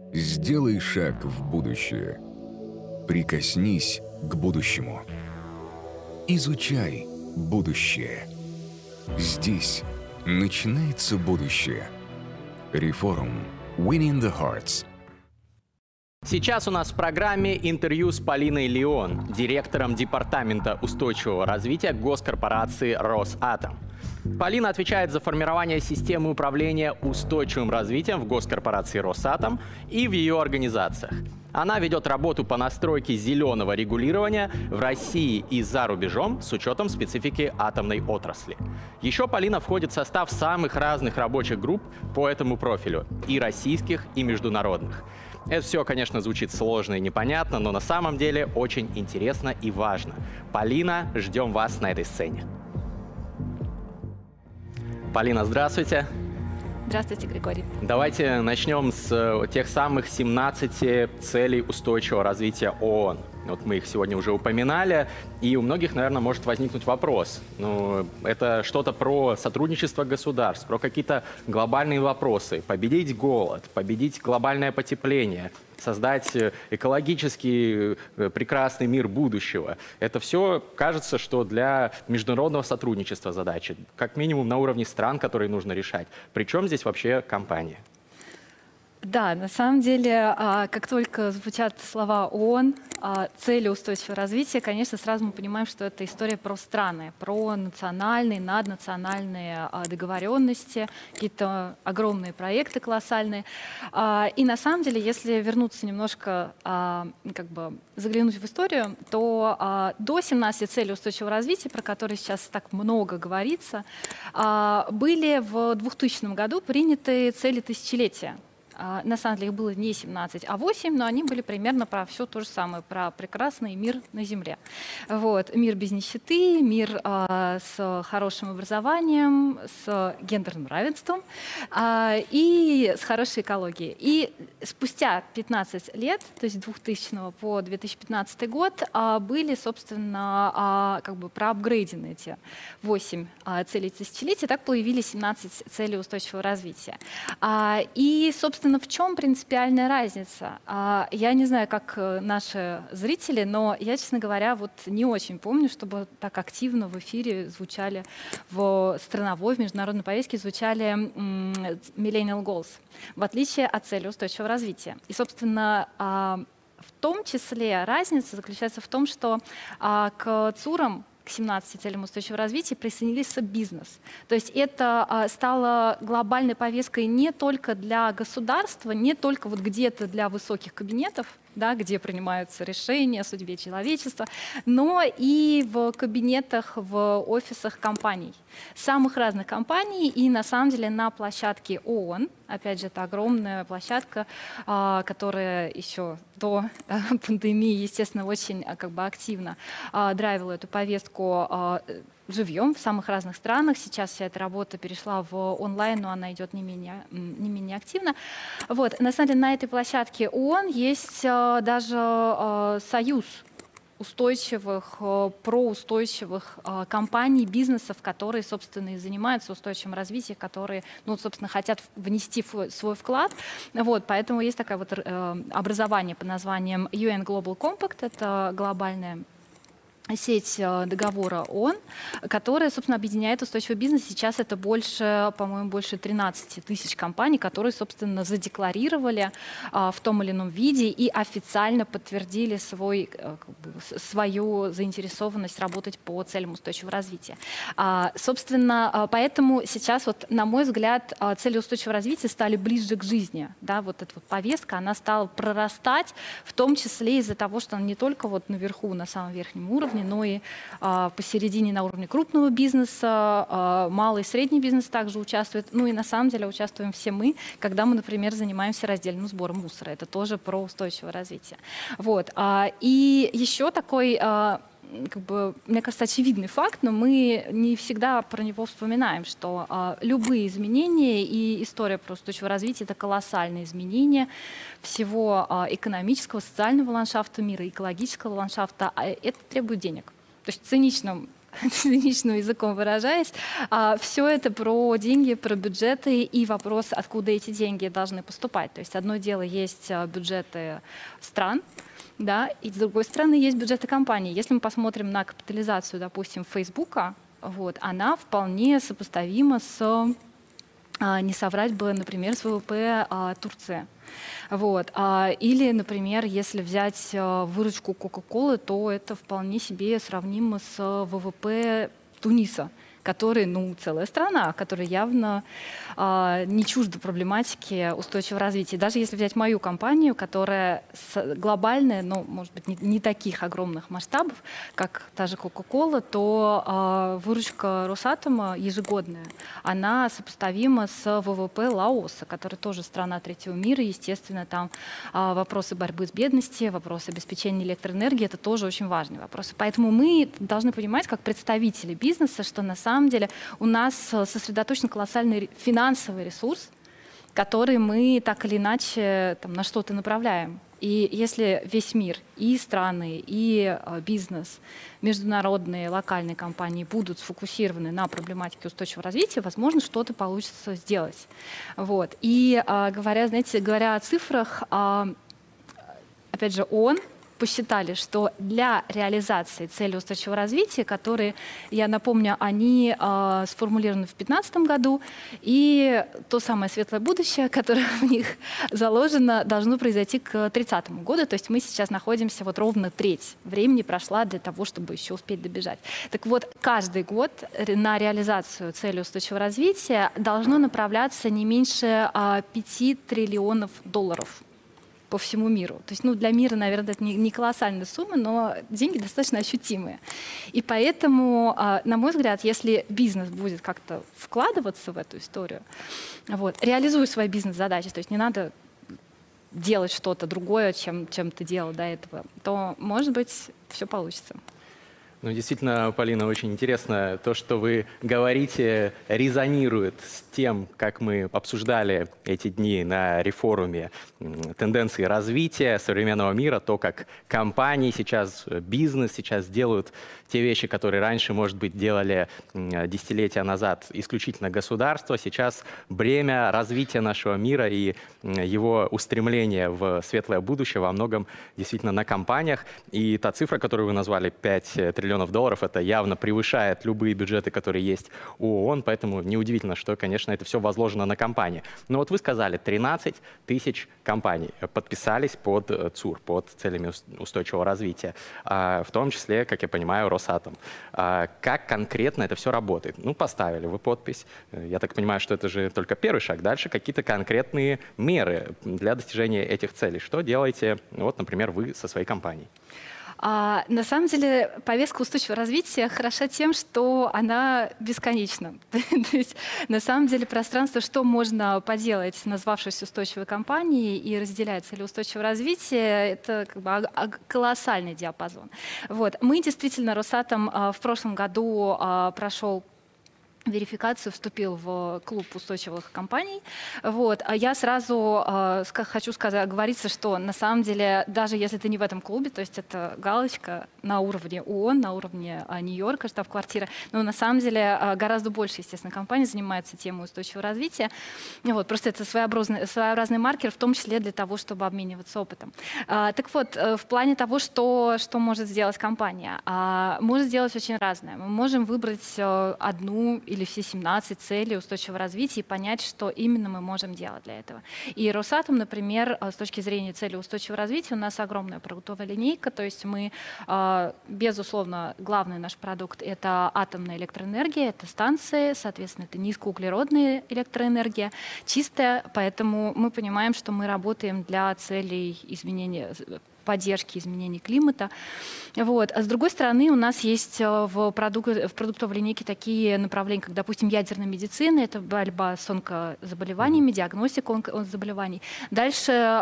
Сделай шаг в будущее. Прикоснись к будущему. Изучай будущее. Здесь начинается будущее. Реформ. Winning the Hearts. Сейчас у нас в программе интервью с Полиной Леон, директором Департамента устойчивого развития госкорпорации «Росатом». Полина отвечает за формирование системы управления устойчивым развитием в госкорпорации «Росатом» и в ее организациях. Она ведет работу по настройке зеленого регулирования в России и за рубежом с учетом специфики атомной отрасли. Еще Полина входит в состав самых разных рабочих групп по этому профилю, и российских, и международных. Это все, конечно, звучит сложно и непонятно, но на самом деле очень интересно и важно. Полина, ждем вас на этой сцене. Полина, здравствуйте. Здравствуйте, Григорий. Давайте начнем с тех самых 17 целей устойчивого развития ООН. Вот мы их сегодня уже упоминали, и у многих, наверное, может возникнуть вопрос. Ну, это что-то про сотрудничество государств, про какие-то глобальные вопросы. Победить голод, победить глобальное потепление, создать экологически прекрасный мир будущего. Это все, кажется, что для международного сотрудничества задачи, как минимум на уровне стран, которые нужно решать. Причем здесь вообще компания? Да, на самом деле, как только звучат слова ООН, цели устойчивого развития, конечно, сразу мы понимаем, что это история про страны, про национальные, наднациональные договоренности, какие-то огромные проекты колоссальные. И на самом деле, если вернуться немножко, заглянуть в историю, то до 17 целей устойчивого развития, про которые сейчас так много говорится, были в 2000 году приняты цели тысячелетия. На самом деле их было не 17, а 8, но они были примерно про все то же самое, про прекрасный мир на Земле. Вот. Мир без нищеты, мир с хорошим образованием, с гендерным равенством и с хорошей экологией. И спустя 15 лет, то есть с 2000 по 2015 год, были, собственно, проапгрейдены эти 8 целей тысячелетия, так появились 17 целей устойчивого развития. И, собственно, в чем принципиальная разница? Я не знаю, как наши зрители, но я, честно говоря, вот не очень помню, чтобы так активно в эфире звучали, в страновой, в международной повестке звучали Millennial Goals, в отличие от цели устойчивого развития. И, собственно, в том числе разница заключается в том, что к ЦУРам, к 17 целям устойчивого развития присоединился бизнес. То есть это стало глобальной повесткой не только для государства, не только вот где-то для высоких кабинетов, да, где принимаются решения о судьбе человечества, но и в кабинетах, в офисах компаний, самых разных компаний. И на самом деле на площадке ООН, опять же, это огромная площадка, которая еще до пандемии, естественно, очень активно драйвила эту повестку живьем в самых разных странах. Сейчас вся эта работа перешла в онлайн, но она идет не менее активно. Вот. На самом деле на этой площадке ООН есть даже союз устойчивых, проустойчивых компаний, бизнесов, которые, собственно, и занимаются устойчивым развитием, которые, собственно, хотят внести свой вклад. Вот, поэтому есть такое вот образование под названием UN Global Compact, это глобальная сеть договора ООН, которая, собственно, объединяет устойчивый бизнес. Сейчас это больше, по-моему, больше 13 тысяч компаний, которые, собственно, задекларировали в том или ином виде и официально подтвердили свою заинтересованность работать по целям устойчивого развития. Собственно, поэтому сейчас, вот, на мой взгляд, цели устойчивого развития стали ближе к жизни. Да? Вот эта вот повестка, она стала прорастать, в том числе из-за того, что она не только вот наверху, на самом верхнем уровне, но и посередине на уровне крупного бизнеса, малый и средний бизнес также участвует. Ну и на самом деле участвуем все мы, когда мы, например, занимаемся раздельным сбором мусора. Это тоже про устойчивое развитие. Вот. И еще такой, мне кажется, очевидный факт, но мы не всегда про него вспоминаем, что любые изменения и история про устойчивое развитие — это колоссальные изменения всего экономического, социального ландшафта мира, экологического ландшафта. Это требует денег. То есть цинично циничным языком выражаясь, все это про деньги, про бюджеты и вопрос, откуда эти деньги должны поступать. То есть одно дело есть бюджеты стран, да, и с другой стороны есть бюджеты компаний. Если мы посмотрим на капитализацию, допустим, Фейсбука, вот, она вполне сопоставима с, не соврать бы, например, с ВВП Турции. Вот. Или, например, если взять выручку Coca-Cola, то это вполне себе сравнимо с ВВП Туниса, который, ну, целая страна, которая явно не чужда проблематики устойчивого развития. Даже если взять мою компанию, которая глобальная, но, может быть, не таких огромных масштабов, как та же Coca-Cola, то выручка Росатома ежегодная, она сопоставима с ВВП Лаоса, который тоже страна третьего мира. Естественно, там вопросы борьбы с бедностью, вопросы обеспечения электроэнергией — это тоже очень важные вопросы. Поэтому мы должны понимать, как представители бизнеса, что на самом деле у нас сосредоточен колоссальный финансовый ресурс, который мы так или иначе там, на что-то направляем. И если весь мир, и страны, и бизнес, международные, локальные компании будут сфокусированы на проблематике устойчивого развития, возможно, что-то получится сделать. Вот. И говоря о цифрах, опять же, ООН посчитали, что для реализации цели устойчивого развития, которые, я напомню, они сформулированы в 2015 году, и то самое светлое будущее, которое в них заложено, должно произойти к 2030 году. То есть мы сейчас находимся, вот ровно треть времени прошла для того, чтобы еще успеть добежать. Так вот, каждый год на реализацию цели устойчивого развития должно направляться не меньше 5 триллионов долларов по всему миру. То есть, ну, для мира, наверное, это не колоссальная сумма, но деньги достаточно ощутимые. И поэтому, на мой взгляд, если бизнес будет как-то вкладываться в эту историю, вот, реализуя свои бизнес-задачи, то есть не надо делать что-то другое, чем ты делал до этого, то, может быть, все получится. Ну, действительно, Полина, очень интересно то, что вы говорите, резонирует с тем, как мы обсуждали эти дни на рефоруме тенденции развития современного мира, то, как компании сейчас, бизнес сейчас делают те вещи, которые раньше, может быть, делали десятилетия назад исключительно государство. Сейчас бремя развития нашего мира и его устремления в светлое будущее во многом действительно на компаниях. И та цифра, которую вы назвали, 5 триллионов долларов, это явно превышает любые бюджеты, которые есть у ООН, поэтому неудивительно, что, конечно, это все возложено на компании. Но вот вы сказали, 13 тысяч компаний подписались под ЦУР, под целями устойчивого развития, в том числе, как я понимаю, Росатом. Как конкретно это все работает? Ну, поставили вы подпись. Я так понимаю, что это же только первый шаг. Дальше какие-то конкретные меры для достижения этих целей. Что делаете, вот, например, вы со своей компанией? На самом деле повестка устойчивого развития хороша тем, что она бесконечна. То есть на самом деле пространство, что можно поделать, назвавшись устойчивой компанией и разделяя цели устойчивого развития, это как бы колоссальный диапазон. Вот. Мы действительно, Росатом в прошлом году прошел верификацию, вступил в клуб устойчивых компаний. Вот. А я сразу хочу оговориться, что на самом деле, даже если ты не в этом клубе, то есть это галочка на уровне ООН, на уровне Нью-Йорка, штаб-квартира, но на самом деле гораздо больше, естественно, компаний занимается темой устойчивого развития. Вот. Просто это своеобразный маркер, в том числе для того, чтобы обмениваться опытом. Так вот, в плане того, что может сделать компания, может сделать очень разное. Мы можем выбрать одну или все 17 целей устойчивого развития и понять, что именно мы можем делать для этого. И Росатом, например, с точки зрения цели устойчивого развития, у нас огромная продуктовая линейка, то есть мы, безусловно, главный наш продукт — это атомная электроэнергия, это станции, соответственно, это низкоуглеродная электроэнергия, чистая, поэтому мы понимаем, что мы работаем для целей изменения, поддержки изменений климата. Вот. А с другой стороны, у нас есть в продуктовой линейке такие направления, как, допустим, ядерная медицина, это борьба с онкозаболеваниями, диагностика онкозаболеваний. Дальше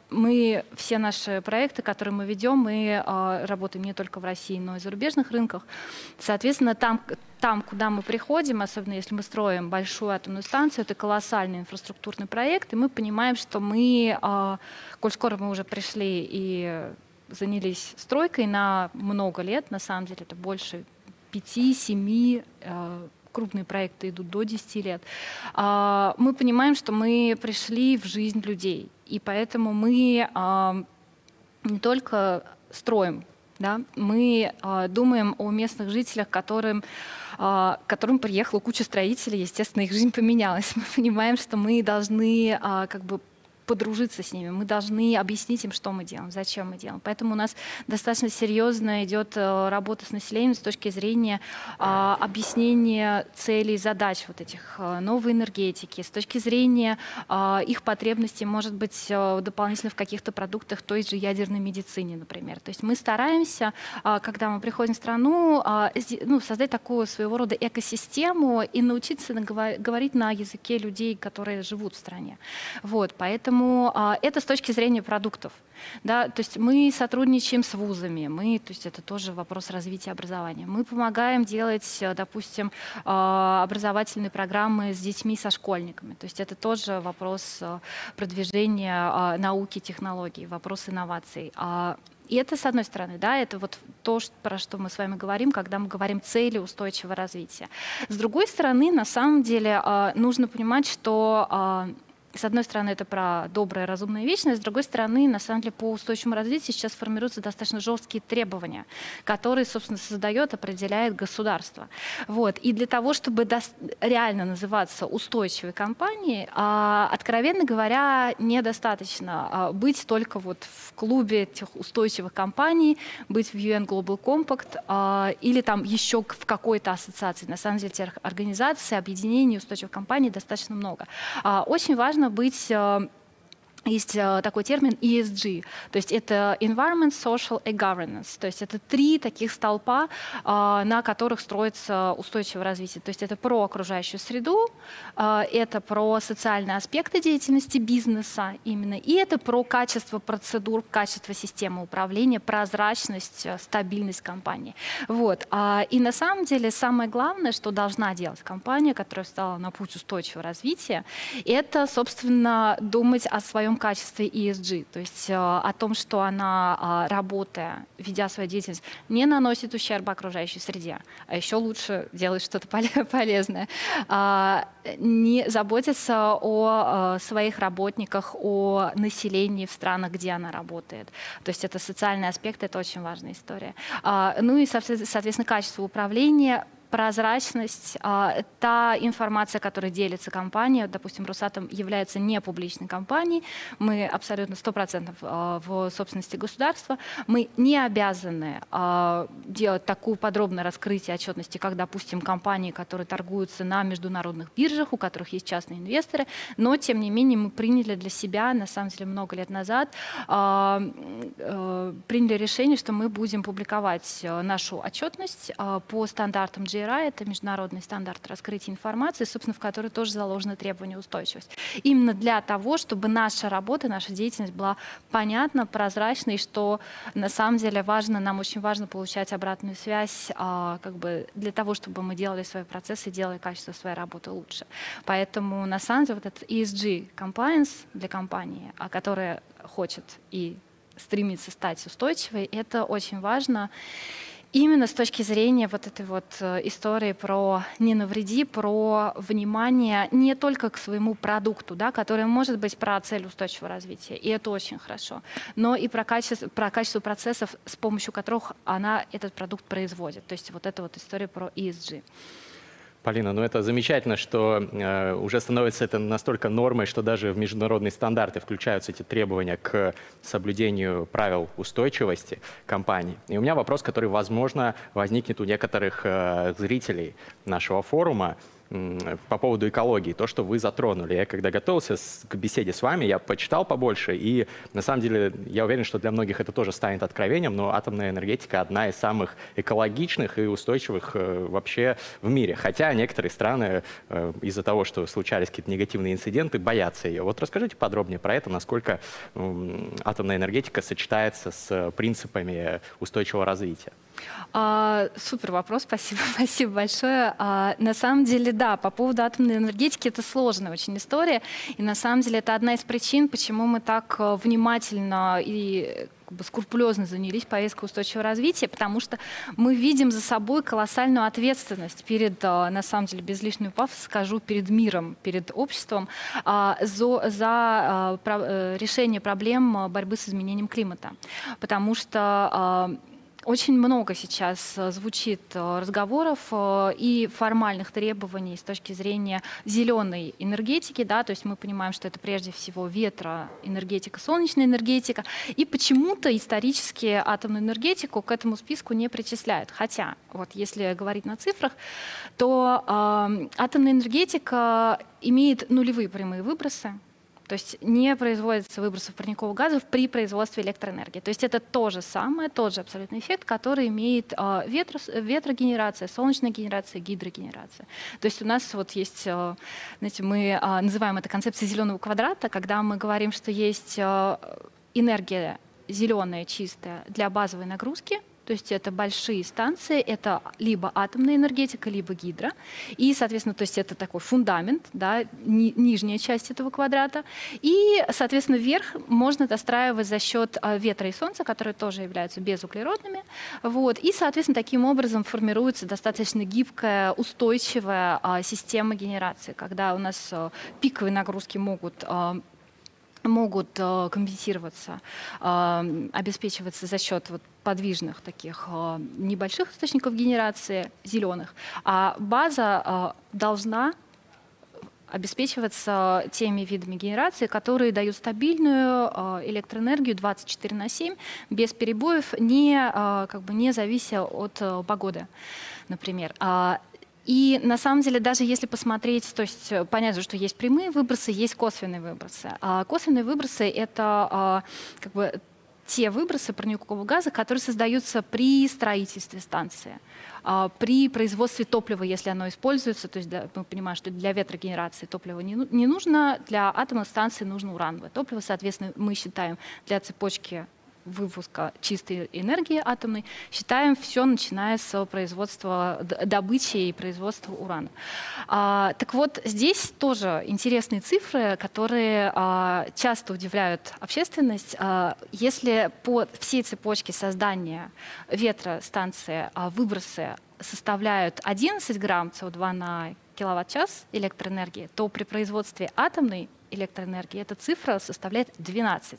все наши проекты, которые мы ведем, мы работаем не только в России, но и в зарубежных рынках. Соответственно, там, куда мы приходим, особенно если мы строим большую атомную станцию, это колоссальный инфраструктурный проект, и мы понимаем, что мы, коль скоро мы уже пришли и занялись стройкой на много лет, на самом деле это больше 5-7, крупные проекты идут до 10 лет. Мы понимаем, что мы пришли в жизнь людей, и поэтому мы не только строим, да, мы думаем о местных жителях, которым приехала куча строителей, естественно, их жизнь поменялась. Мы понимаем, что мы должны как бы подружиться с ними, мы должны объяснить им, что мы делаем, зачем мы делаем. Поэтому у нас достаточно серьезно идет работа с населением с точки зрения объяснения целей, задач вот этих новой энергетики, с точки зрения их потребностей, может быть, дополнительно в каких-то продуктах той же ядерной медицине, например. То есть мы стараемся, когда мы приходим в страну, создать такую своего рода экосистему и научиться говорить на языке людей, которые живут в стране. Вот, поэтому это с точки зрения продуктов. Да, то есть мы сотрудничаем с вузами, то есть это тоже вопрос развития образования. Мы помогаем делать, допустим, образовательные программы с детьми, со школьниками. То есть это тоже вопрос продвижения науки, технологий, вопрос инноваций. И это, с одной стороны, да, это вот то, про что мы с вами говорим, когда мы говорим цели устойчивого развития. С другой стороны, на самом деле, нужно понимать, что с одной стороны, это про доброе, разумное, вечное, с другой стороны, на самом деле, по устойчивому развитию сейчас формируются достаточно жесткие требования, которые, собственно, создает, определяет государство. Вот. И для того, чтобы реально называться устойчивой компанией, откровенно говоря, недостаточно быть только вот в клубе этих устойчивых компаний, быть в UN Global Compact или там еще в какой-то ассоциации. На самом деле, тех организаций, объединений устойчивых компаний достаточно много. Очень важно быть есть такой термин ESG, то есть это Environment, Social и Governance, то есть это 3 таких столпа, на которых строится устойчивое развитие. То есть это про окружающую среду, это про социальные аспекты деятельности бизнеса именно, и это про качество процедур, качество системы управления, прозрачность, стабильность компании. Вот. И на самом деле самое главное, что должна делать компания, которая встала на путь устойчивого развития, это, собственно, думать о своем качестве ESG, то есть о том, что она, работая, ведя свою деятельность, не наносит ущерба окружающей среде, а еще лучше делает что-то полезное, не заботится о своих работниках, о населении в странах, где она работает. То есть это социальный аспект, это очень важная история. Ну и, соответственно, качество управления, прозрачность, та информация, которой делится компания, допустим, Росатом является не публичной компанией, мы абсолютно 100% в собственности государства, мы не обязаны делать такое подробное раскрытие отчетности, как, допустим, компании, которые торгуются на международных биржах, у которых есть частные инвесторы, но, тем не менее, мы приняли для себя, на самом деле, много лет назад, приняли решение, что мы будем публиковать нашу отчетность по стандартам GRI, это международный стандарт раскрытия информации, собственно, в которой тоже заложено требование устойчивости. Именно для того, чтобы наша работа, наша деятельность была понятна, прозрачна, и что на самом деле важно, нам очень важно получать обратную связь как бы для того, чтобы мы делали свои процессы, делали качество своей работы лучше. Поэтому на самом деле вот этот ESG compliance для компании, которая хочет и стремится стать устойчивой, это очень важно. Именно с точки зрения вот этой вот истории про «не навреди», про внимание не только к своему продукту, да, который может быть про цель устойчивого развития, и это очень хорошо, но и про качество процессов, с помощью которых она этот продукт производит. То есть вот эта вот история про ESG. Полина, ну это замечательно, что уже становится это настолько нормой, что даже в международные стандарты включаются эти требования к соблюдению правил устойчивости компаний. И у меня вопрос, который, возможно, возникнет у некоторых зрителей нашего форума по поводу экологии, то, что вы затронули. Я когда готовился к беседе с вами, я почитал побольше, и на самом деле я уверен, что для многих это тоже станет откровением, но атомная энергетика одна из самых экологичных и устойчивых вообще в мире. Хотя некоторые страны из-за того, что случались какие-то негативные инциденты, боятся ее. Вот расскажите подробнее про это, насколько атомная энергетика сочетается с принципами устойчивого развития. Супер вопрос, спасибо, спасибо большое. На самом деле, да, по поводу атомной энергетики это сложная очень история. И на самом деле это одна из причин, почему мы так внимательно и скрупулезно занялись повесткой устойчивого развития, потому что мы видим за собой колоссальную ответственность перед, на самом деле, без лишнего пафоса скажу, перед миром, перед обществом за решение проблем борьбы с изменением климата. Потому что очень много сейчас звучит разговоров и формальных требований с точки зрения зеленой энергетики, да, то есть мы понимаем, что это прежде всего ветроэнергетика, солнечная энергетика, и почему-то исторически атомную энергетику к этому списку не причисляют. Хотя, вот если говорить на цифрах, то атомная энергетика имеет нулевые прямые выбросы. То есть не производится выбросов парниковых газов при производстве электроэнергии. То есть это то же самое, тот же абсолютный эффект, который имеет ветрогенерация, солнечная генерация, гидрогенерация. То есть у нас вот есть, знаете, мы называем это концепцией зеленого квадрата, когда мы говорим, что есть энергия зеленая, чистая для базовой нагрузки. То есть это большие станции, это либо атомная энергетика, либо гидро. И, соответственно, то есть это такой фундамент, да, нижняя часть этого квадрата. И, соответственно, вверх можно достраивать за счет ветра и солнца, которые тоже являются безуглеродными. Вот. И, соответственно, таким образом формируется достаточно гибкая, устойчивая система генерации, когда у нас пиковые нагрузки могут компенсироваться, обеспечиваться за счет подвижных таких небольших источников генерации, зеленых, а база должна обеспечиваться теми видами генерации, которые дают стабильную электроэнергию 24/7, без перебоев, не завися от погоды, например. И на самом деле, даже если посмотреть, то есть понятно, что есть прямые выбросы, есть косвенные выбросы. Косвенные выбросы — это те выбросы парникового газа, которые создаются при строительстве станции, при производстве топлива, если оно используется. То есть мы понимаем, что для ветрогенерации топливо не нужно, для атомных станций нужно урановое топливо. Соответственно, мы считаем для цепочки выпуска чистой энергии атомной, считаем все, начиная с производства, добычи и производства урана. Так вот, здесь тоже интересные цифры, которые часто удивляют общественность. Если по всей цепочке создания ветростанции выбросы составляют 11 грамм СО2 на киловатт-час электроэнергии, то при производстве атомной электроэнергии эта цифра составляет 12.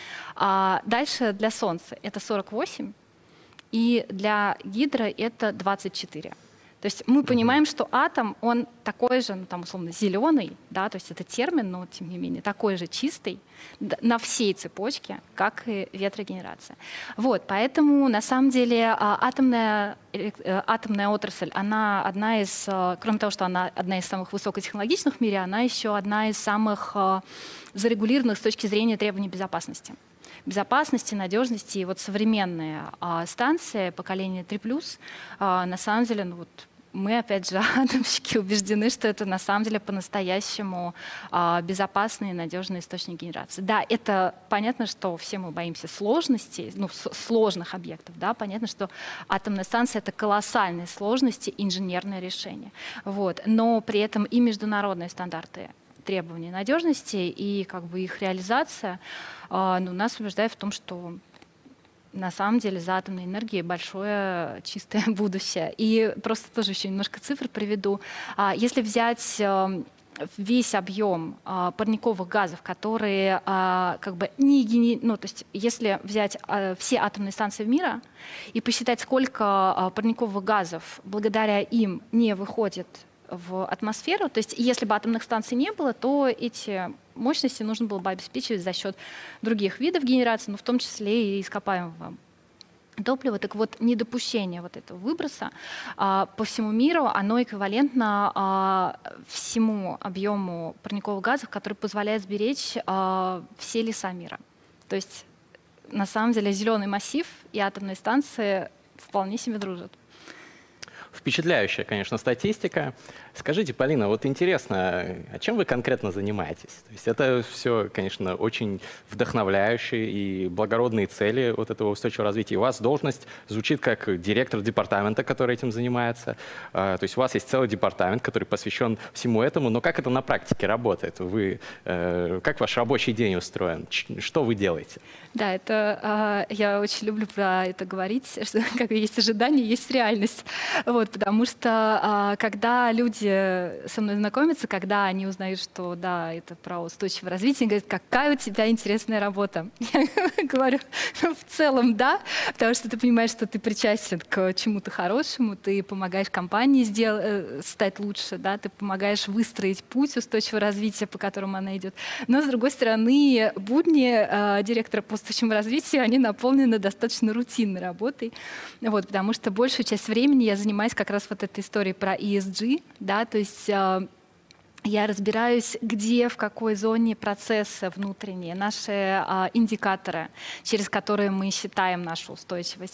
Дальше для Солнца это 48, и для гидро это 24. То есть мы понимаем, что атом, он такой же, условно, зеленый, да, то есть это термин, но тем не менее такой же чистый на всей цепочке, как и ветрогенерация. Вот, поэтому на самом деле атомная отрасль, она одна из, кроме того, что она одна из самых высокотехнологичных в мире, она еще одна из самых зарегулированных с точки зрения требований безопасности. Безопасности, надежности. И современные станции поколения 3+, на самом деле, мы, опять же, атомщики, убеждены, что это на самом деле по-настоящему безопасный и надежный источник генерации. Да, это понятно, что все мы боимся сложностей, сложных объектов. Да, понятно, что атомная станция — это колоссальные сложности, инженерное решение. Вот. Но при этом и международные стандарты требований надежности и их реализация нас убеждает в том, что на самом деле за атомной энергией большое чистое будущее. И просто тоже еще немножко цифр приведу. Если взять весь объем парниковых газов, которые то есть если взять все атомные станции мира и посчитать, сколько парниковых газов благодаря им не выходит в атмосферу, то есть если бы атомных станций не было, то эти мощности нужно было бы обеспечивать за счет других видов генерации, в том числе и ископаемого топлива. Так вот, недопущение этого выброса по всему миру, оно эквивалентно всему объему парниковых газов, который позволяет сберечь все леса мира. То есть на самом деле зеленый массив и атомные станции вполне себе дружат. Впечатляющая, конечно, статистика. Скажите, Полина, вот интересно, а чем вы конкретно занимаетесь? То есть это все, конечно, очень вдохновляющие и благородные цели вот этого устойчивого развития. И у вас должность звучит как директор департамента, который этим занимается. То есть у вас есть целый департамент, который посвящен всему этому. Но как это на практике работает? Как ваш рабочий день устроен? Что вы делаете? Да, это я очень люблю про это говорить, что как есть ожидание, есть реальность. Вот, потому что когда люди со мной знакомятся, когда они узнают, что да, это про устойчивое развитие, они говорят, какая у тебя интересная работа. Я говорю, ну, в целом да, потому что ты понимаешь, что ты причастен к чему-то хорошему, ты помогаешь компании стать лучше, да, ты помогаешь выстроить путь устойчивого развития, по которому она идет. Но, с другой стороны, будни директора по устойчивому развитию, они наполнены достаточно рутинной работой, вот, потому что большую часть времени я занимаюсь как раз вот этой историей про ESG, да, то есть я разбираюсь, где, в какой зоне процесса внутренние, наши индикаторы, через которые мы считаем нашу устойчивость,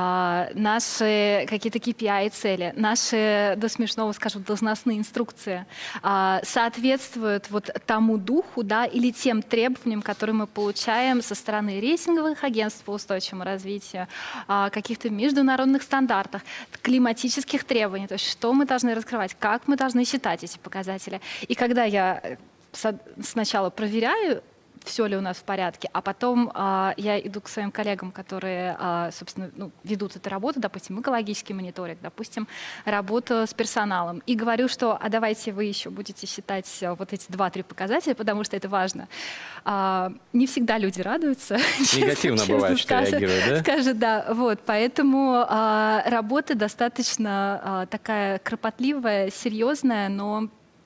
наши какие-то KPI цели, наши, до смешного скажу, должностные инструкции соответствуют вот тому духу, да, или тем требованиям, которые мы получаем со стороны рейтинговых агентств по устойчивому развитию, каких-то международных стандартов, климатических требований, то есть что мы должны раскрывать, как мы должны считать эти показатели. И когда я сначала проверяю, все ли у нас в порядке, а потом я иду к своим коллегам, которые, собственно, ведут эту работу, допустим, экологический мониторинг, допустим, работу с персоналом, и говорю, что а давайте вы еще будете считать вот эти 2-3 показателя, потому что это важно. Не всегда люди радуются. Негативно бывает, что реагируют, да? Скажет, да. Вот, поэтому работа достаточно такая кропотливая, серьезная, но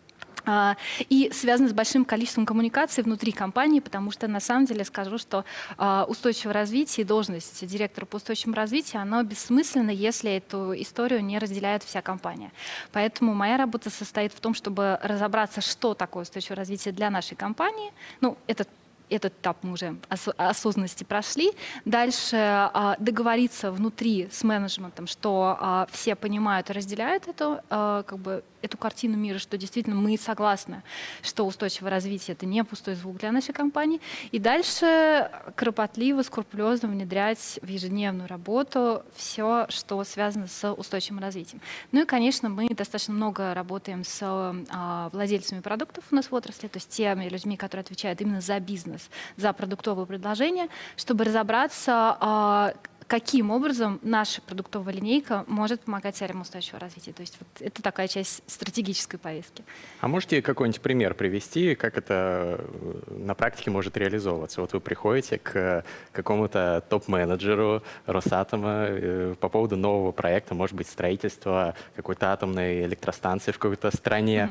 и связано с большим количеством коммуникаций внутри компании, потому что на самом деле скажу, что устойчивое развитие и должность директора по устойчивому развитию, оно бессмысленно, если эту историю не разделяет вся компания. Поэтому моя работа состоит в том, чтобы разобраться, что такое устойчивое развитие для нашей компании. Ну, этот этап мы уже осознанности прошли. Дальше договориться внутри с менеджментом, что все понимают и разделяют эту картину мира, что действительно мы согласны, что устойчивое развитие — это не пустой звук для нашей компании. И дальше кропотливо, скрупулезно внедрять в ежедневную работу все, что связано с устойчивым развитием. Ну и, конечно, мы достаточно много работаем с владельцами продуктов у нас в отрасли, то есть теми людьми, которые отвечают именно за бизнес, за продуктовые предложения, чтобы разобраться, каким образом наша продуктовая линейка может помогать целям устойчивого развития. То есть вот это такая часть стратегической повестки. А можете какой-нибудь пример привести, как это на практике может реализовываться? Вот вы приходите к какому-то топ-менеджеру Росатома по поводу нового проекта, может быть, строительства какой-то атомной электростанции в какой-то стране.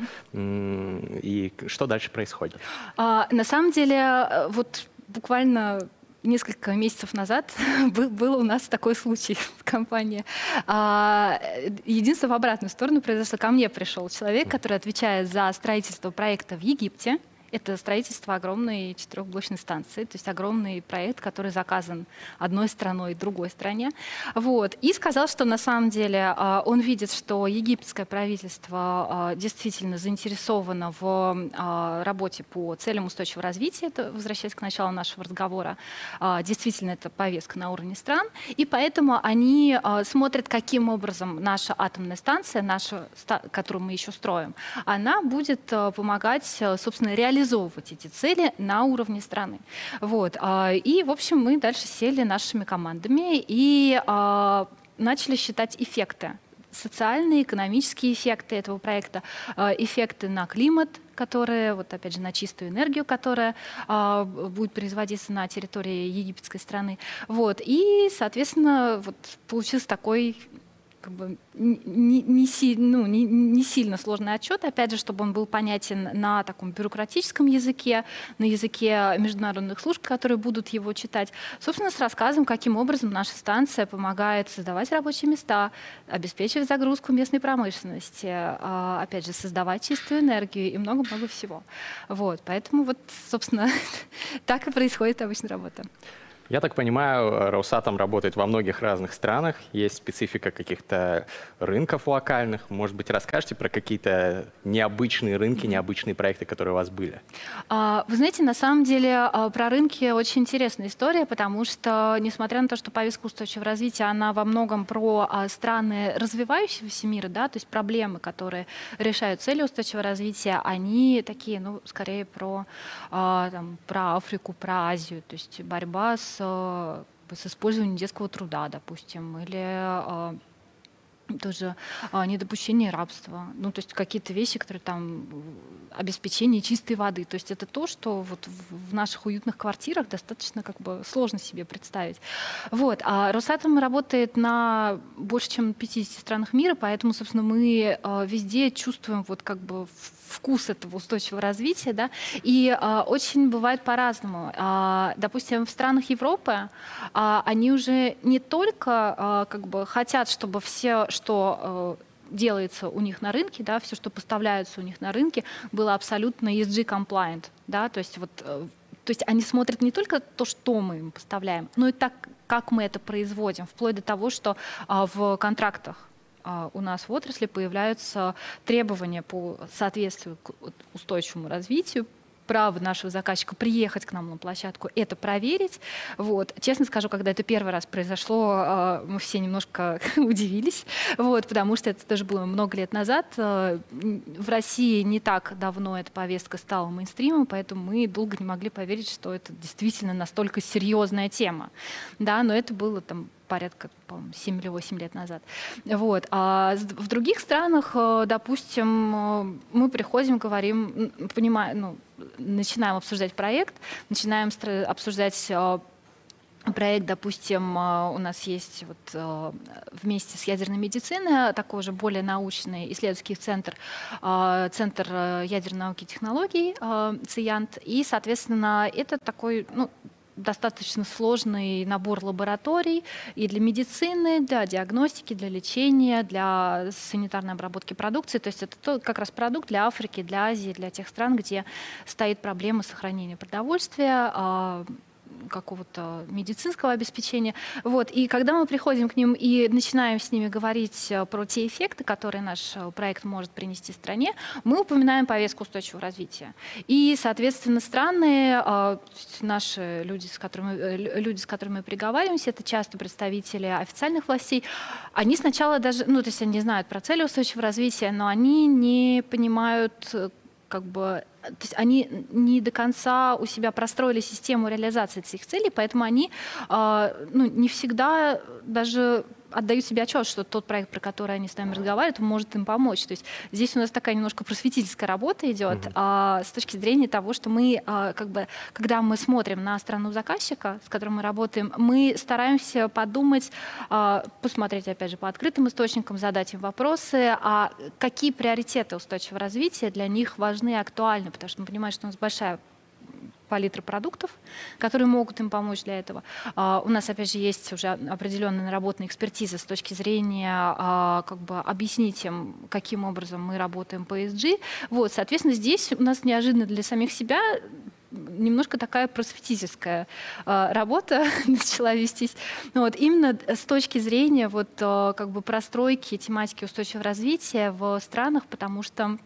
И что дальше происходит? На самом деле, вот буквально несколько месяцев назад был у нас такой случай в компании. Единственное, в обратную сторону произошло. Ко мне пришел человек, который отвечает за строительство проекта в Египте. Это строительство огромной 4-блочной станции, то есть огромный проект, который заказан одной страной и другой стране. Вот. И сказал, что на самом деле он видит, что египетское правительство действительно заинтересовано в работе по целям устойчивого развития, это, возвращаясь к началу нашего разговора, действительно это повестка на уровне стран, и поэтому они смотрят, каким образом наша атомная станция, которую мы еще строим, она будет помогать, собственно, реализовывать эти цели на уровне страны. Вот. И, в общем, мы дальше сели нашими командами и начали считать эффекты. Социальные, экономические эффекты этого проекта, эффекты на климат, которые, вот опять же, на чистую энергию, которая будет производиться на территории египетской страны. Вот. И, соответственно, вот получился такой не сильно сложный отчет, опять же, чтобы он был понятен на таком бюрократическом языке, на языке международных служб, которые будут его читать, собственно, с рассказом, каким образом наша станция помогает создавать рабочие места, обеспечивать загрузку местной промышленности, опять же, создавать чистую энергию и много-много всего. всего. Вот, поэтому вот, собственно, так и происходит обычно работа. Полина, Я так понимаю, Росатом работает во многих разных странах, есть специфика каких-то рынков локальных. Может быть, расскажете про какие-то необычные рынки, необычные проекты, которые у вас были? Вы знаете, на самом деле про рынки очень интересная история, потому что, несмотря на то, что повестка устойчивого развития, она во многом про страны развивающегося мира, да, то есть проблемы, которые решают цели устойчивого развития, они такие, ну, скорее про Африку, про Азию, то есть борьба с использованием детского труда, допустим, или тоже недопущение рабства, ну, то есть какие-то вещи, которые там, обеспечение чистой воды, то есть это то, что вот в наших уютных квартирах достаточно как бы сложно себе представить. Вот. А Росатом работает на больше, чем 50 странах мира, поэтому, собственно, мы везде чувствуем вот как бы вкус этого устойчивого развития, да, и очень бывает по-разному. Допустим, в странах Европы они уже не только как бы хотят, чтобы все, что делается у них на рынке, да, все, что поставляется у них на рынке, было абсолютно ESG-compliant, да, то есть вот, то есть они смотрят не только то, что мы им поставляем, но и так, как мы это производим, вплоть до того, что в контрактах у нас в отрасли появляются требования по соответствию к устойчивому развитию, право нашего заказчика приехать к нам на площадку, это проверить. Вот. Честно скажу, когда это первый раз произошло, мы все немножко удивились, вот, потому что это тоже было много лет назад. В России не так давно эта повестка стала мейнстримом, поэтому мы долго не могли поверить, что это действительно настолько серьезная тема. Да, но это было там порядка, по-моему, 7 или 8 лет назад. Вот. А в других странах, допустим, мы приходим, говорим, понимаем, ну, начинаем обсуждать проект, начинаем обсуждать проект, допустим, у нас есть вот, вместе с ядерной медициной такой же более научный исследовательский центр, Центр ядерной науки и технологий, ЦИЯНТ, и, соответственно, это такой, ну, достаточно сложный набор лабораторий и для медицины, для диагностики, для лечения, для санитарной обработки продукции. То есть это как раз продукт для Африки, для Азии, для тех стран, где стоит проблема сохранения продовольствия, какого-то медицинского обеспечения. Вот. И когда мы приходим к ним и начинаем с ними говорить про те эффекты, которые наш проект может принести стране, мы упоминаем повестку устойчивого развития. И, соответственно, страны, наши люди, с которыми мы переговариваемся, это часто представители официальных властей, они сначала даже, ну, то есть они знают про цели устойчивого развития, но они не понимают, как бы, то есть они не до конца у себя простроили систему реализации этих целей, поэтому они не всегда даже отдают себе отчет, что тот проект, про который они с нами разговаривают, может им помочь. То есть здесь у нас такая немножко просветительская работа идет с точки зрения того, что мы, как бы, когда мы смотрим на страну заказчика, с которым мы работаем, мы стараемся подумать, посмотреть, опять же, по открытым источникам, задать им вопросы, а какие приоритеты устойчивого развития для них важны и актуальны, потому что мы понимаем, что у нас большая палитра продуктов, которые могут им помочь для этого. У нас, опять же, есть уже определенная наработанная экспертиза с точки зрения как бы объяснить им, каким образом мы работаем по ESG. Вот, соответственно, здесь у нас неожиданно для самих себя немножко такая просветительская работа начала вестись. Вот, именно с точки зрения вот, как бы простройки тематики устойчивого развития в странах, потому что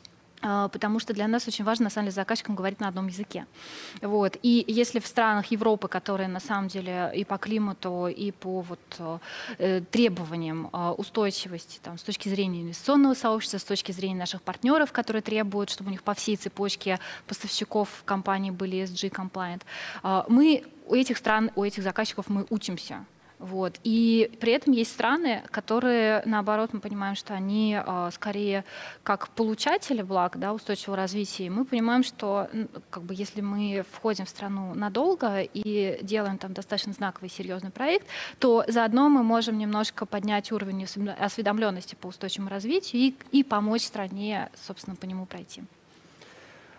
для нас очень важно, на самом деле, заказчикам говорить на одном языке. Вот. И если в странах Европы, которые на самом деле и по климату, и по вот, требованиям устойчивости, там, с точки зрения инвестиционного сообщества, с точки зрения наших партнеров, которые требуют, чтобы у них по всей цепочке поставщиков компаний были ESG-compliant, мы у этих стран, у этих заказчиков мы учимся. Вот. И при этом есть страны, которые, наоборот, мы понимаем, что они скорее как получатели благ, да, устойчивого развития. И мы понимаем, что как бы, если мы входим в страну надолго и делаем там достаточно знаковый серьезный проект, то заодно мы можем немножко поднять уровень осведомленности по устойчивому развитию и помочь стране, собственно, по нему пройти.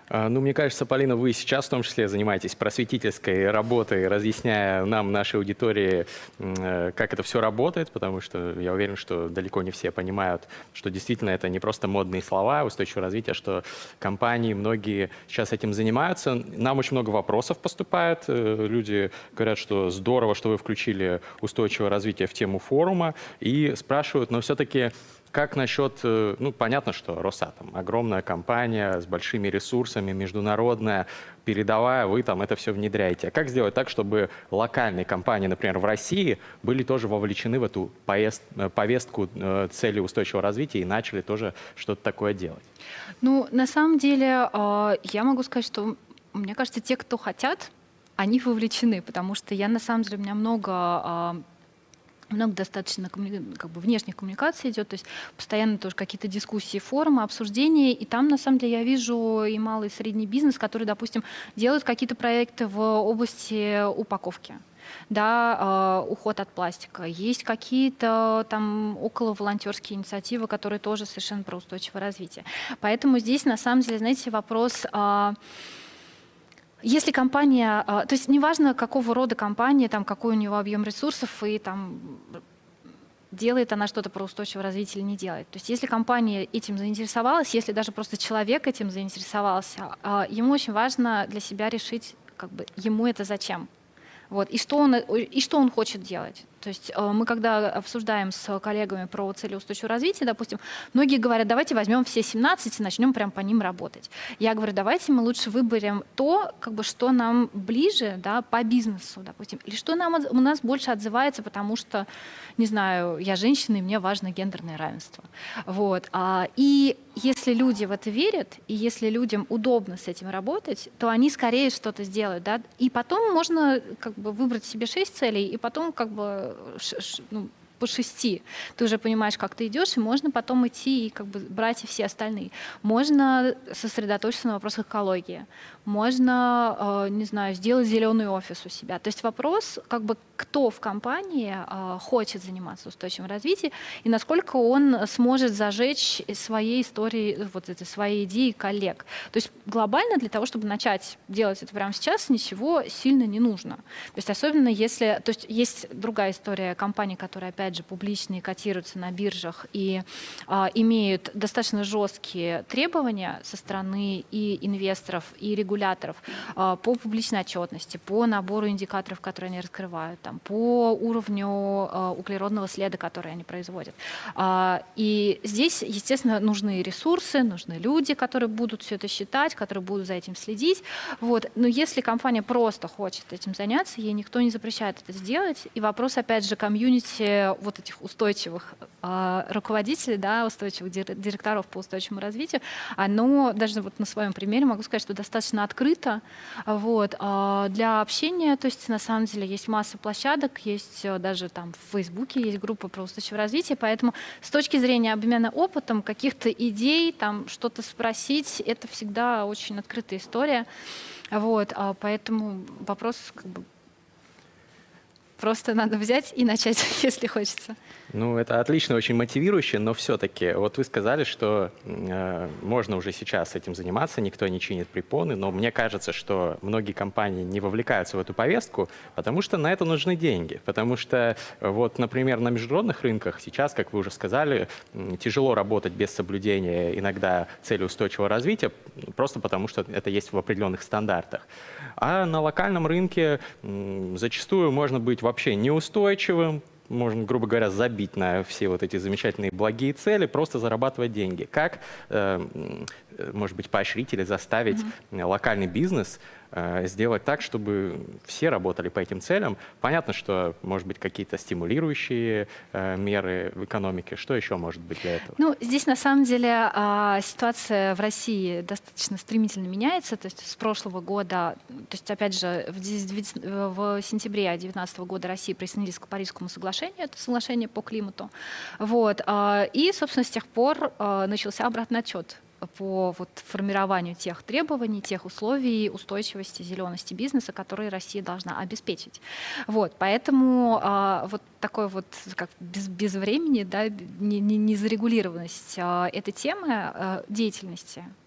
Ну, мне кажется, Полина, вы сейчас в том числе занимаетесь просветительской работой, разъясняя нам, нашей аудитории, как это все работает, потому что я уверен, что далеко не все понимают, что действительно это не просто модные слова устойчивого развития, что компании многие сейчас этим занимаются. Нам очень много вопросов поступает. Люди говорят, что здорово, что вы включили устойчивое развитие в тему форума, и спрашивают, но все-таки как насчет, ну, понятно, что Росатом, огромная компания с большими ресурсами, международная, передовая, вы там это все внедряете. А как сделать так, чтобы локальные компании, например, в России, были тоже вовлечены в эту повестку цели устойчивого развития и начали тоже что-то такое делать? Ну, на самом деле, я могу сказать, что, мне кажется, те, кто хотят, они вовлечены, потому что я, на самом деле, у меня много достаточно как бы внешних коммуникаций идет, то есть постоянно тоже какие-то дискуссии, форумы, обсуждения, и там, на самом деле, я вижу и малый, и средний бизнес, которые, допустим, делают какие-то проекты в области упаковки. Да, уход от пластика. Есть какие-то там около волонтерские инициативы, которые тоже совершенно про устойчивое развитие. Поэтому здесь, на самом деле, знаете, вопрос... Если компания, то есть неважно, какого рода компания, там, какой у него объем ресурсов, и там, делает она что-то про устойчивое развитие или не делает. То есть если компания этим заинтересовалась, если даже просто человек этим заинтересовался, ему очень важно для себя решить, как бы, ему это зачем. Вот, и что он хочет делать. То есть мы, когда обсуждаем с коллегами про цели устойчивого развития, допустим, многие говорят, давайте возьмем все 17 и начнем прям по ним работать. Я говорю, давайте мы лучше выберем то, как бы, что нам ближе, да, по бизнесу, допустим, или что у нас больше отзывается, потому что, не знаю, я женщина, и мне важно гендерное равенство. Вот. И если люди в это верят, и если людям удобно с этим работать, то они скорее что-то сделают. Да? И потом можно как бы выбрать себе 6 целей, и потом как бы по 6. Ты уже понимаешь, как ты идешь, и можно потом идти и как бы брать и все остальные. Можно сосредоточиться на вопросах экологии. Можно, не знаю, сделать зеленый офис у себя. То есть вопрос, как бы, кто в компании хочет заниматься устойчивым развитием и насколько он сможет зажечь своей историей, вот этой своей идеей коллег. То есть глобально для того, чтобы начать делать это прямо сейчас, ничего сильно не нужно. То есть особенно если... То есть есть другая история компаний, которые, опять же, публичные, котируются на биржах и имеют достаточно жесткие требования со стороны и инвесторов, и регуляторов по публичной отчетности, по набору индикаторов, которые они раскрывают, там, по уровню углеродного следа, который они производят. И здесь, естественно, нужны ресурсы, нужны люди, которые будут все это считать, которые будут за этим следить. Вот. Но если компания просто хочет этим заняться, ей никто не запрещает это сделать. И вопрос, опять же, комьюнити вот этих устойчивых руководителей, да, устойчивых директоров по устойчивому развитию, оно, даже вот на своем примере могу сказать, что достаточно открыто вот, для общения. То есть на самом деле есть масса площадок, есть даже там в Фейсбуке есть группа про устойчивое развитие, поэтому с точки зрения обмена опытом, каких-то идей, там что-то спросить, это всегда очень открытая история. Вот, поэтому вопрос как бы просто надо взять и начать, если хочется. Ну, это отлично, очень мотивирующе, но все-таки, вот вы сказали, что можно уже сейчас этим заниматься, никто не чинит препоны, но мне кажется, что многие компании не вовлекаются в эту повестку, потому что на это нужны деньги. Потому что, вот, например, на международных рынках сейчас, как вы уже сказали, тяжело работать без соблюдения иногда цели устойчивого развития, просто потому что это есть в определенных стандартах. А на локальном рынке зачастую можно быть вообще неустойчивым, можно, грубо говоря, забить на все вот эти замечательные благие цели, просто зарабатывать деньги. Как, может быть, поощрить или заставить локальный бизнес сделать так, чтобы все работали по этим целям? Понятно, что, может быть, какие-то стимулирующие меры в экономике. Что еще может быть для этого? Ну, здесь, на самом деле, ситуация в России достаточно стремительно меняется. То есть с прошлого года, то есть, опять же, в сентябре 2019 года Россия присоединилась к Парижскому соглашению, это соглашение по климату. Вот. И, собственно, с тех пор начался обратный отчет по вот формированию тех требований, тех условий устойчивости, зелености бизнеса, которые Россия должна обеспечить. Вот, поэтому вот такой вот как без времени, да, незарегулированность этой темы деятельности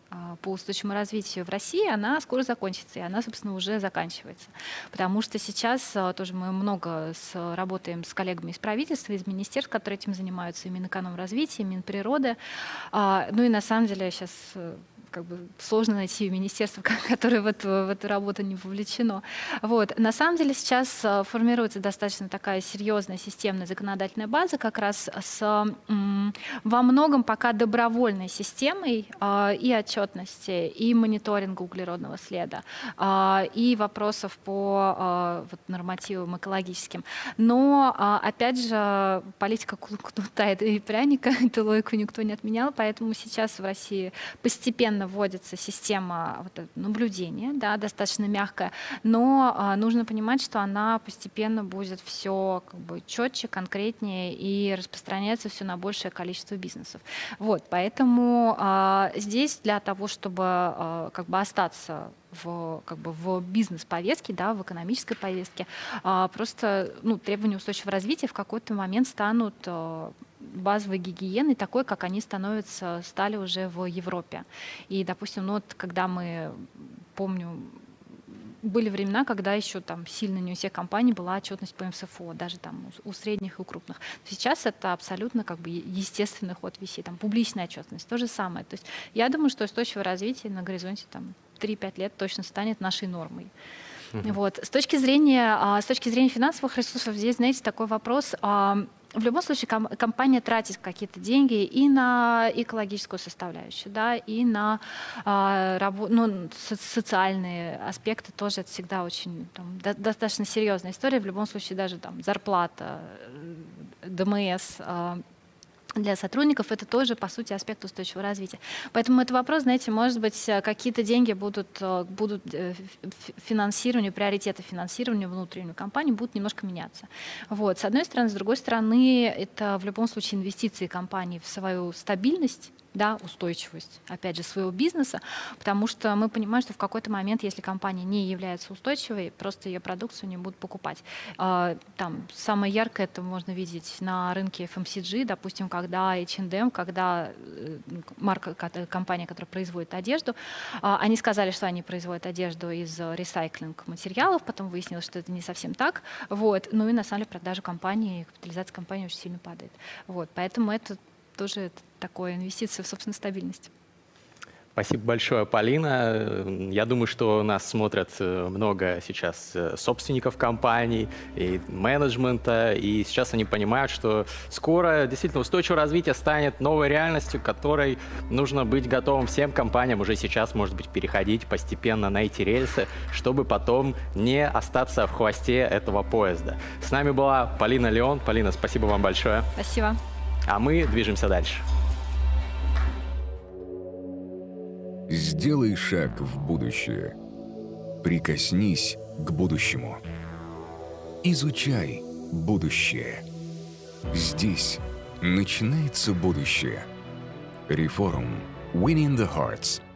по устойчивому развитию в России, она скоро закончится, и она, собственно, уже заканчивается. Потому что сейчас тоже мы много работаем с коллегами из правительства, из министерств, которые этим занимаются, и Минэкономразвития, и Минприроды. Ну и на самом деле сейчас как бы сложно найти министерство, которое в эту работу не вовлечено. Вот. На самом деле сейчас формируется достаточно такая серьезная системная законодательная база, как раз во многом пока добровольной системой и отчетности, и мониторинга углеродного следа, и вопросов по нормативам экологическим. Но, опять же, политика кнута и пряника, эту логику никто не отменял, поэтому сейчас в России постепенно вводится система наблюдения, да, достаточно мягкая, но нужно понимать, что она постепенно будет все как бы четче, конкретнее и распространяется все на большее количество бизнесов. Вот, поэтому здесь для того, чтобы как бы остаться в бизнес-повестке, да, в экономической повестке, просто требования устойчивого развития в какой-то момент станут базовой гигиеной, такой, как они стали уже в Европе. И, допустим, когда помню, были времена, когда еще там сильно не у всех компаний была отчетность по МСФО, даже там у средних и у крупных. Сейчас это абсолютно как бы естественный ход вещей, там публичная отчетность, то же самое. То есть я думаю, что устойчивое развитие на горизонте там 3-5 лет точно станет нашей нормой. Вот. С точки зрения финансовых ресурсов, здесь, знаете, такой вопрос. В любом случае компания тратит какие-то деньги и на экологическую составляющую, да, и на социальные аспекты тоже. Это всегда очень достаточно серьезная история. В любом случае даже зарплата, ДМС для сотрудников — это тоже, по сути, аспект устойчивого развития. Поэтому это вопрос, знаете, может быть, какие-то деньги будут финансирование, приоритеты финансирования внутренней компании будут немножко меняться. Вот. С одной стороны. С другой стороны, это в любом случае инвестиции компании в свою стабильность, да, устойчивость, опять же, своего бизнеса, потому что мы понимаем, что в какой-то момент, если компания не является устойчивой, просто ее продукцию не будут покупать. Там самое яркое это можно видеть на рынке FMCG, допустим, когда H&M, когда компания, которая производит одежду, они сказали, что они производят одежду из ресайклинг материалов, потом выяснилось, что это не совсем так. Вот. Ну и на самом деле продажа компании, капитализация компании очень сильно падает. Вот. Поэтому это тоже такое инвестиция в собственную стабильность. Спасибо большое, Полина. Я думаю, что нас смотрят много сейчас собственников компаний и менеджмента, и сейчас они понимают, что скоро действительно устойчивое развитие станет новой реальностью, к которой нужно быть готовым всем компаниям уже сейчас, может быть, переходить постепенно на эти рельсы, чтобы потом не остаться в хвосте этого поезда. С нами была Полина Леон. Полина, спасибо вам большое. Спасибо. А мы движемся дальше. Сделай шаг в будущее. Прикоснись к будущему. Изучай будущее. Здесь начинается будущее. Reforum. Winning the Hearts.